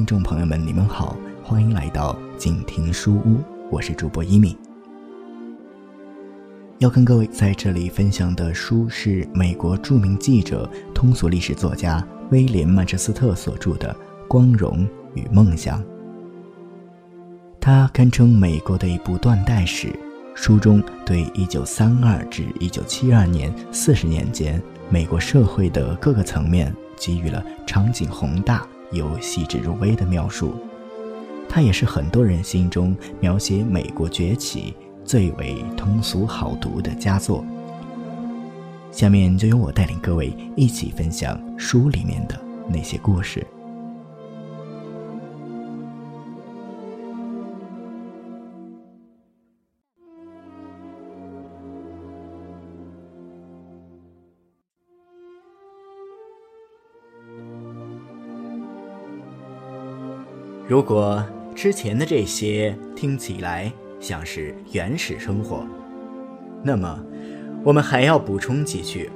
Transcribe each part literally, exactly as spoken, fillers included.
众朋友们，你们好，欢迎来到静听书屋，我是主播一鸣。要跟各位在这里分享的书是美国著名记者、通俗历史作家威廉·曼彻斯特所著的《光荣与梦想》。它堪称美国的一部断代史，书中对一九三二至一九七二年四十年间美国社会的各个层面给予了场景宏大又细致入微的描述。它也是很多人心中描写美国崛起最为通俗好读的佳作。下面就由我带领各位一起分享书里面的那些故事。如果之前的这些听起来像是原始生活，那么我们还要补充几句。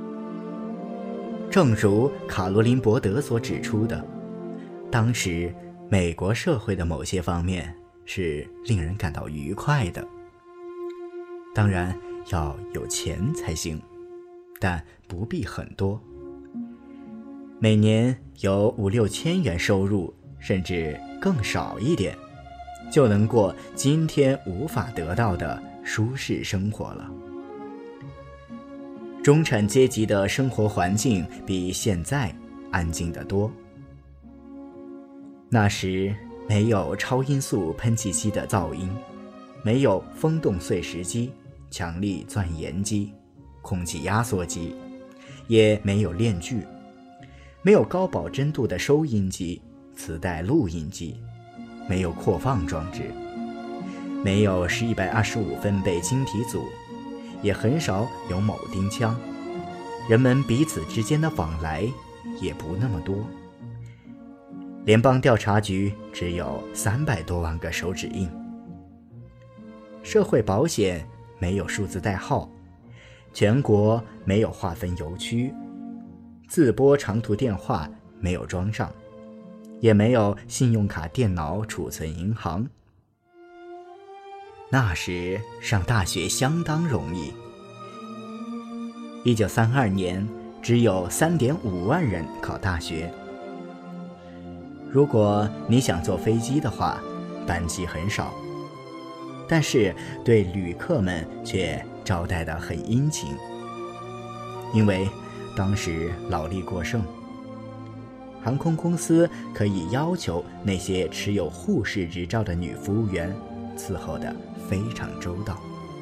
正如卡罗琳·伯德所指出的，当时美国社会的某些方面是令人感到愉快的。当然要有钱才行，但不必很多。每年有五六千元收入，甚至更少一点，就能过今天无法得到的舒适生活了。中产阶级的生活环境比现在安静得多。那时没有超音速喷气机的噪音，没有风洞碎石机、强力钻研机、空气压缩机，也没有链锯，没有高保真度的收音机、磁带录音机，没有扩放装置，没有是一百二十五分贝晶体组，也很少有铆钉枪，人们彼此之间的往来也不那么多。联邦调查局只有三百多万个手指印，社会保险没有数字代号，全国没有划分邮区，自拨长途电话没有装上，也没有信用卡电脑储存银行。那时上大学相当容易。一九三二年只有 三点五万人考大学。如果你想坐飞机的话，班机很少，但是对旅客们却招待得很殷勤，因为当时劳力过剩，航空公司可以要求那些持有护士执照的女服务员伺候得非常周到。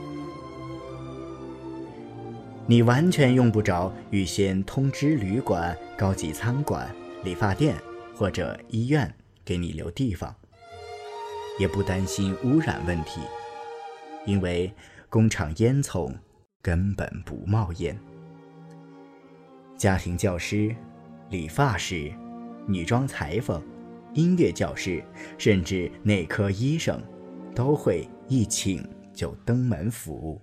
你完全用不着预先通知旅馆、高级餐馆、理发店或者医院给你留地方，也不担心污染问题，因为工厂烟囱根本不冒烟。家庭教师、理发师、女装裁缝、音乐教师，甚至内科医生都会一请就登门服务。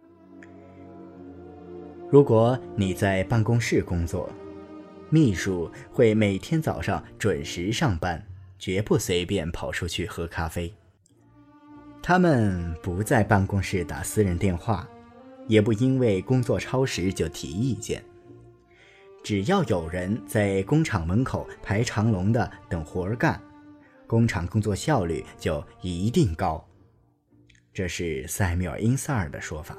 如果你在办公室工作，秘书会每天早上准时上班，绝不随便跑出去喝咖啡。他们不在办公室打私人电话，也不因为工作超时就提意见。只要有人在工厂门口排长龙的等活儿干，工厂工作效率就一定高。这是塞缪尔·因萨尔的说法。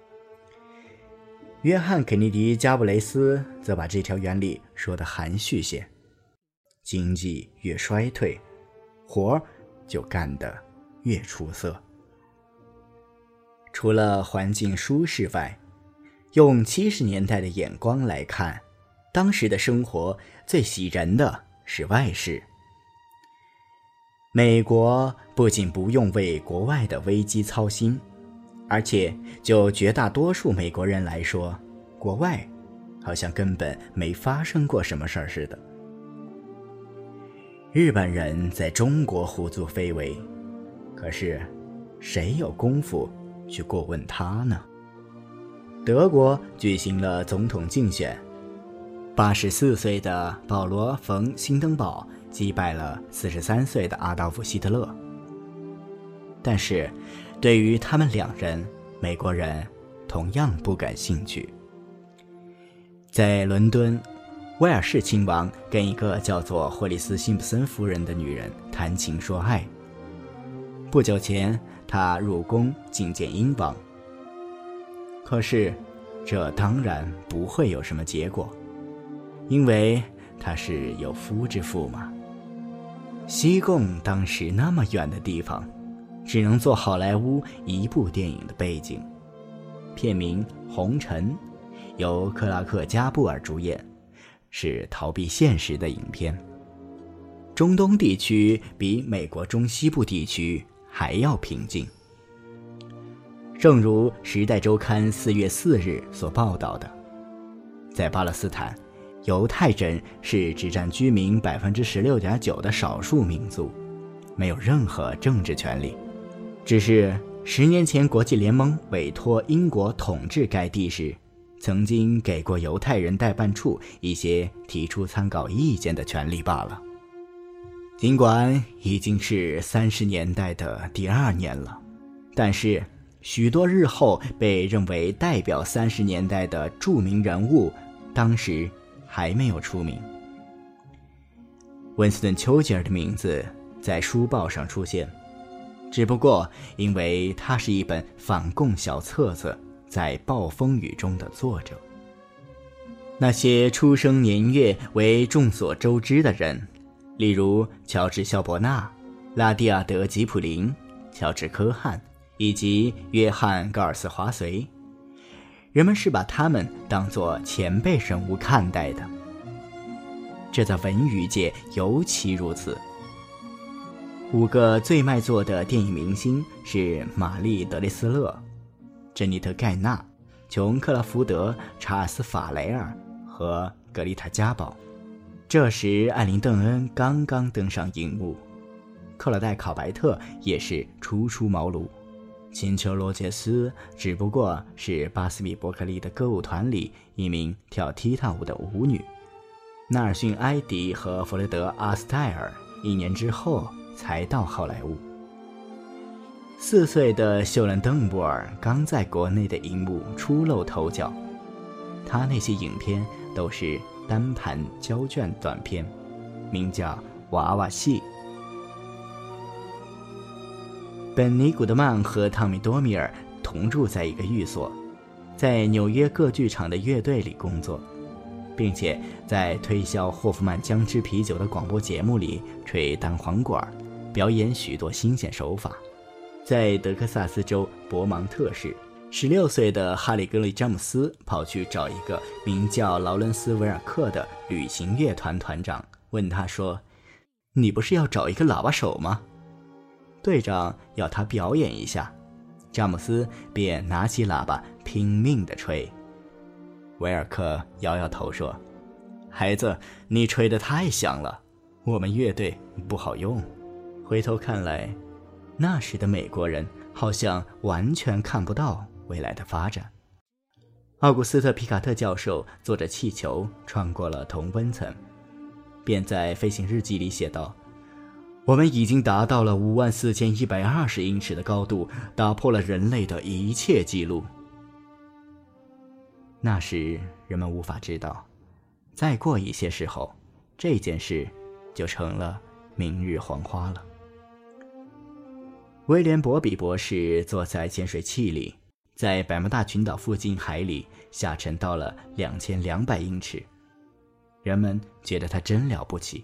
约翰·肯尼迪·加布雷斯则把这条原理说得含蓄些：经济越衰退，活儿就干得越出色。除了环境舒适外，用七十年代的眼光来看，当时的生活最喜人的是外事。美国不仅不用为国外的危机操心，而且就绝大多数美国人来说，国外好像根本没发生过什么事儿似的。日本人在中国胡作非为，可是谁有功夫去过问他呢？德国举行了总统竞选，八十四岁的保罗·冯·辛登堡击败了四十三岁的阿道夫·希特勒。但是，对于他们两人，美国人同样不感兴趣。在伦敦，威尔士亲王跟一个叫做霍利斯·辛普森夫人的女人谈情说爱。不久前，他入宫觐见英王。可是，这当然不会有什么结果，因为他是有夫之妇嘛。西贡当时那么远的地方，只能做好莱坞一部电影的背景，片名《红尘》，由克拉克·加布尔主演，是逃避现实的影片。中东地区比美国中西部地区还要平静。正如《时代周刊》四月四日所报道的，在巴勒斯坦，犹太人是只占居民 百分之十六点九 的少数民族，没有任何政治权利。只是十年前国际联盟委托英国统治该地时，曾经给过犹太人代办处一些提出参考意见的权利罢了。尽管已经是三十年代的第二年了，但是许多日后被认为代表三十年代的著名人物，当时还没有出名。温斯顿·丘吉尔的名字在书报上出现，只不过因为他是一本反共小册子在暴风雨中的作者。那些出生年月为众所周知的人，例如乔治·肖伯纳、拉蒂亚德·吉普林、乔治·科汉以及约翰·高尔斯·华绥，人们是把他们当作前辈人物看待的，这在文娱界尤其如此。五个最卖座的电影明星是玛丽·德雷斯勒、珍妮特·盖纳、琼·克拉福德、查尔斯·法雷尔和格丽塔·嘉宝。这时艾琳·邓恩刚刚登上荧幕，克劳戴·考白特也是初出茅庐，秦丘·罗杰斯只不过是巴斯比·伯克利的歌舞团里一名跳踢踏舞的舞女。纳尔逊·埃迪和弗雷德·阿斯泰尔一年之后才到好莱坞。四岁的秀兰·邓布尔刚在国内的荧幕初露头角，他那些影片都是单盘胶卷短片，名叫《娃娃戏》。本尼·古德曼和汤米·多米尔同住在一个寓所，在纽约各剧场的乐队里工作，并且在推销霍夫曼姜汁啤酒的广播节目里吹单簧管，表演许多新鲜手法。在德克萨斯州伯芒特市，十六岁的哈里·格里·詹姆斯跑去找一个名叫劳伦斯·维尔克的旅行乐团团长，问他说：“你不是要找一个喇叭手吗？”队长要他表演一下，詹姆斯便拿起喇叭拼命地吹。维尔克摇摇头说：“孩子，你吹得太响了，我们乐队不好用。”回头看来，那时的美国人好像完全看不到未来的发展。奥古斯特·皮卡特教授坐着气球穿过了同温层，便在飞行日记里写道：“我们已经达到了五万四千一百二十英尺的高度，打破了人类的一切记录。”那时人们无法知道，再过一些时候，这件事就成了明日黄花了。威廉·博比博士坐在潜水器里，在百慕大群岛附近海里下沉到了两千两百英尺，人们觉得他真了不起。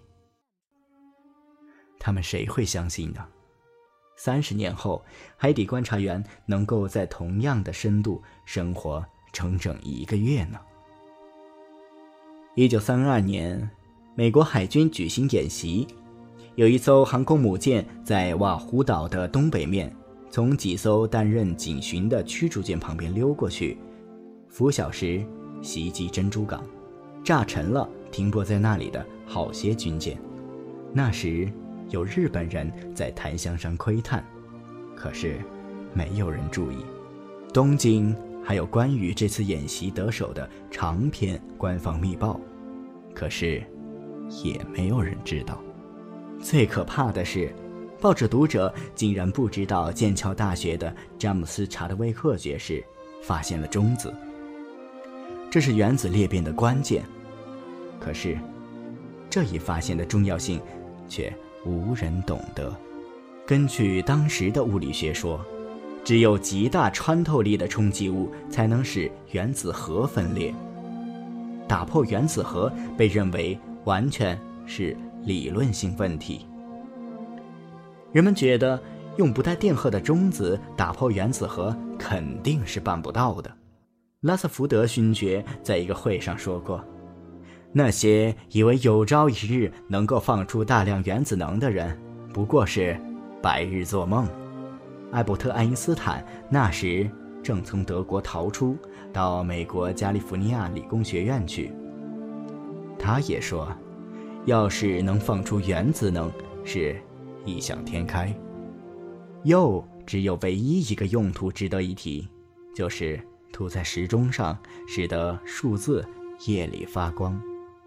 他们谁会相信呢？三十年后，海底观察员能够在同样的深度生活整整一个月呢。一九三二年，美国海军举行演习，有一艘航空母舰在瓦胡岛的东北面，从几艘担任警巡的驱逐舰旁边溜过去，拂晓时袭击珍珠港，炸沉了停泊在那里的好些军舰。那时有日本人在檀香山窥探，可是没有人注意。东京还有关于这次演习得手的长篇官方密报，可是也没有人知道。 最可怕的是，报纸读者竟然不知道剑桥大学的詹姆斯·查德威克爵士发现了中子，这是原子裂变的关键。可是这一发现的重要性却无人懂得。根据当时的物理学说，只有极大穿透力的冲击物才能使原子核分裂，打破原子核被认为完全是理论性问题。人们觉得用不带电荷的中子打破原子核肯定是办不到的。拉瑟福德勋爵在一个会上说过，那些以为有朝一日能够放出大量原子能的人，不过是白日做梦。艾伯特·爱因斯坦那时正从德国逃出，到美国加利福尼亚理工学院去。他也说，要是能放出原子能，是异想天开。铀只有唯一一个用途值得一提，就是涂在时钟上，使得数字夜里发光。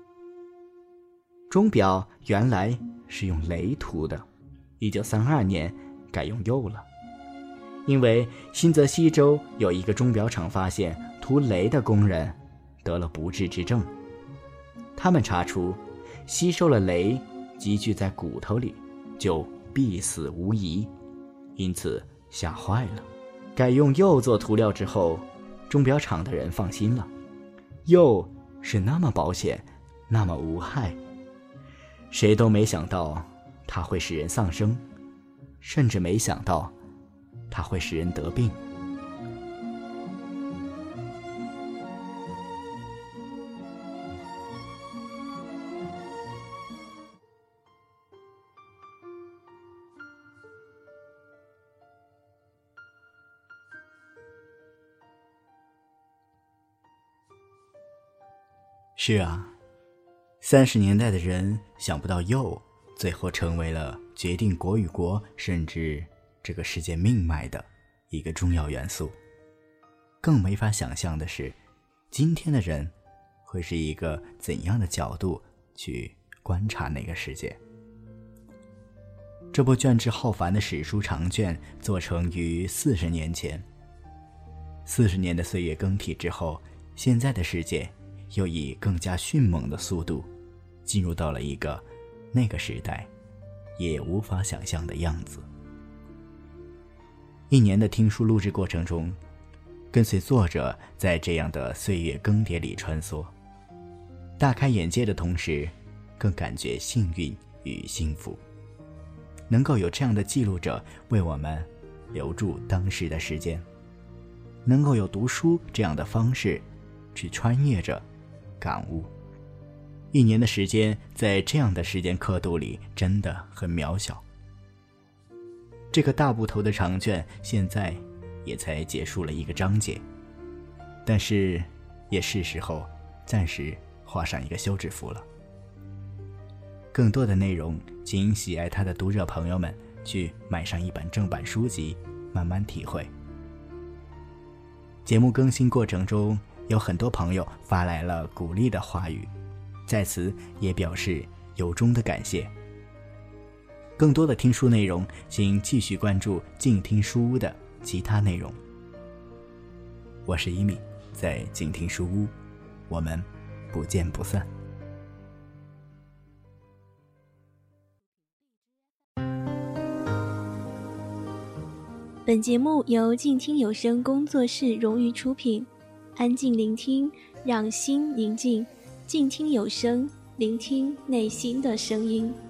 钟表原来是用镭涂的，一九三二年改用铀了。因为新泽西州有一个钟表厂发现涂镭的工人得了不治之症，他们查出吸收了镭积聚在骨头里就必死无疑，因此吓坏了。改用铀做涂料之后，钟表厂的人放心了，铀是那么保险，那么无害，谁都没想到它会使人丧生，甚至没想到它会使人得病。是啊，三十年代的人想不到铀最后成为了决定国与国甚至这个世界命脉的一个重要元素。更没法想象的是，今天的人会是一个怎样的角度去观察那个世界。这部卷帙浩繁的史书长卷做成于四十年前，四十年的岁月更替之后，现在的世界又以更加迅猛的速度进入到了一个那个时代也无法想象的样子。一年的听书录制过程中，跟随作者在这样的岁月更迭里穿梭，大开眼界的同时，更感觉幸运与幸福，能够有这样的记录者为我们留住当时的时间，能够有读书这样的方式去穿越着感悟。一年的时间在这样的时间刻度里真的很渺小。这个大部头的长卷现在也才结束了一个章节，但是也是时候暂时画上一个休止符了。更多的内容，请喜爱它的读者朋友们去买上一本正版书籍，慢慢体会。节目更新过程中，有很多朋友发来了鼓励的话语，在此也表示由衷的感谢。更多的听书内容，请继续关注静听书屋的其他内容。我是一米，在静听书屋，我们不见不散。 本节目由静听有声工作室荣誉出品，安静聆听，让心宁静，静听有声，聆听内心的声音。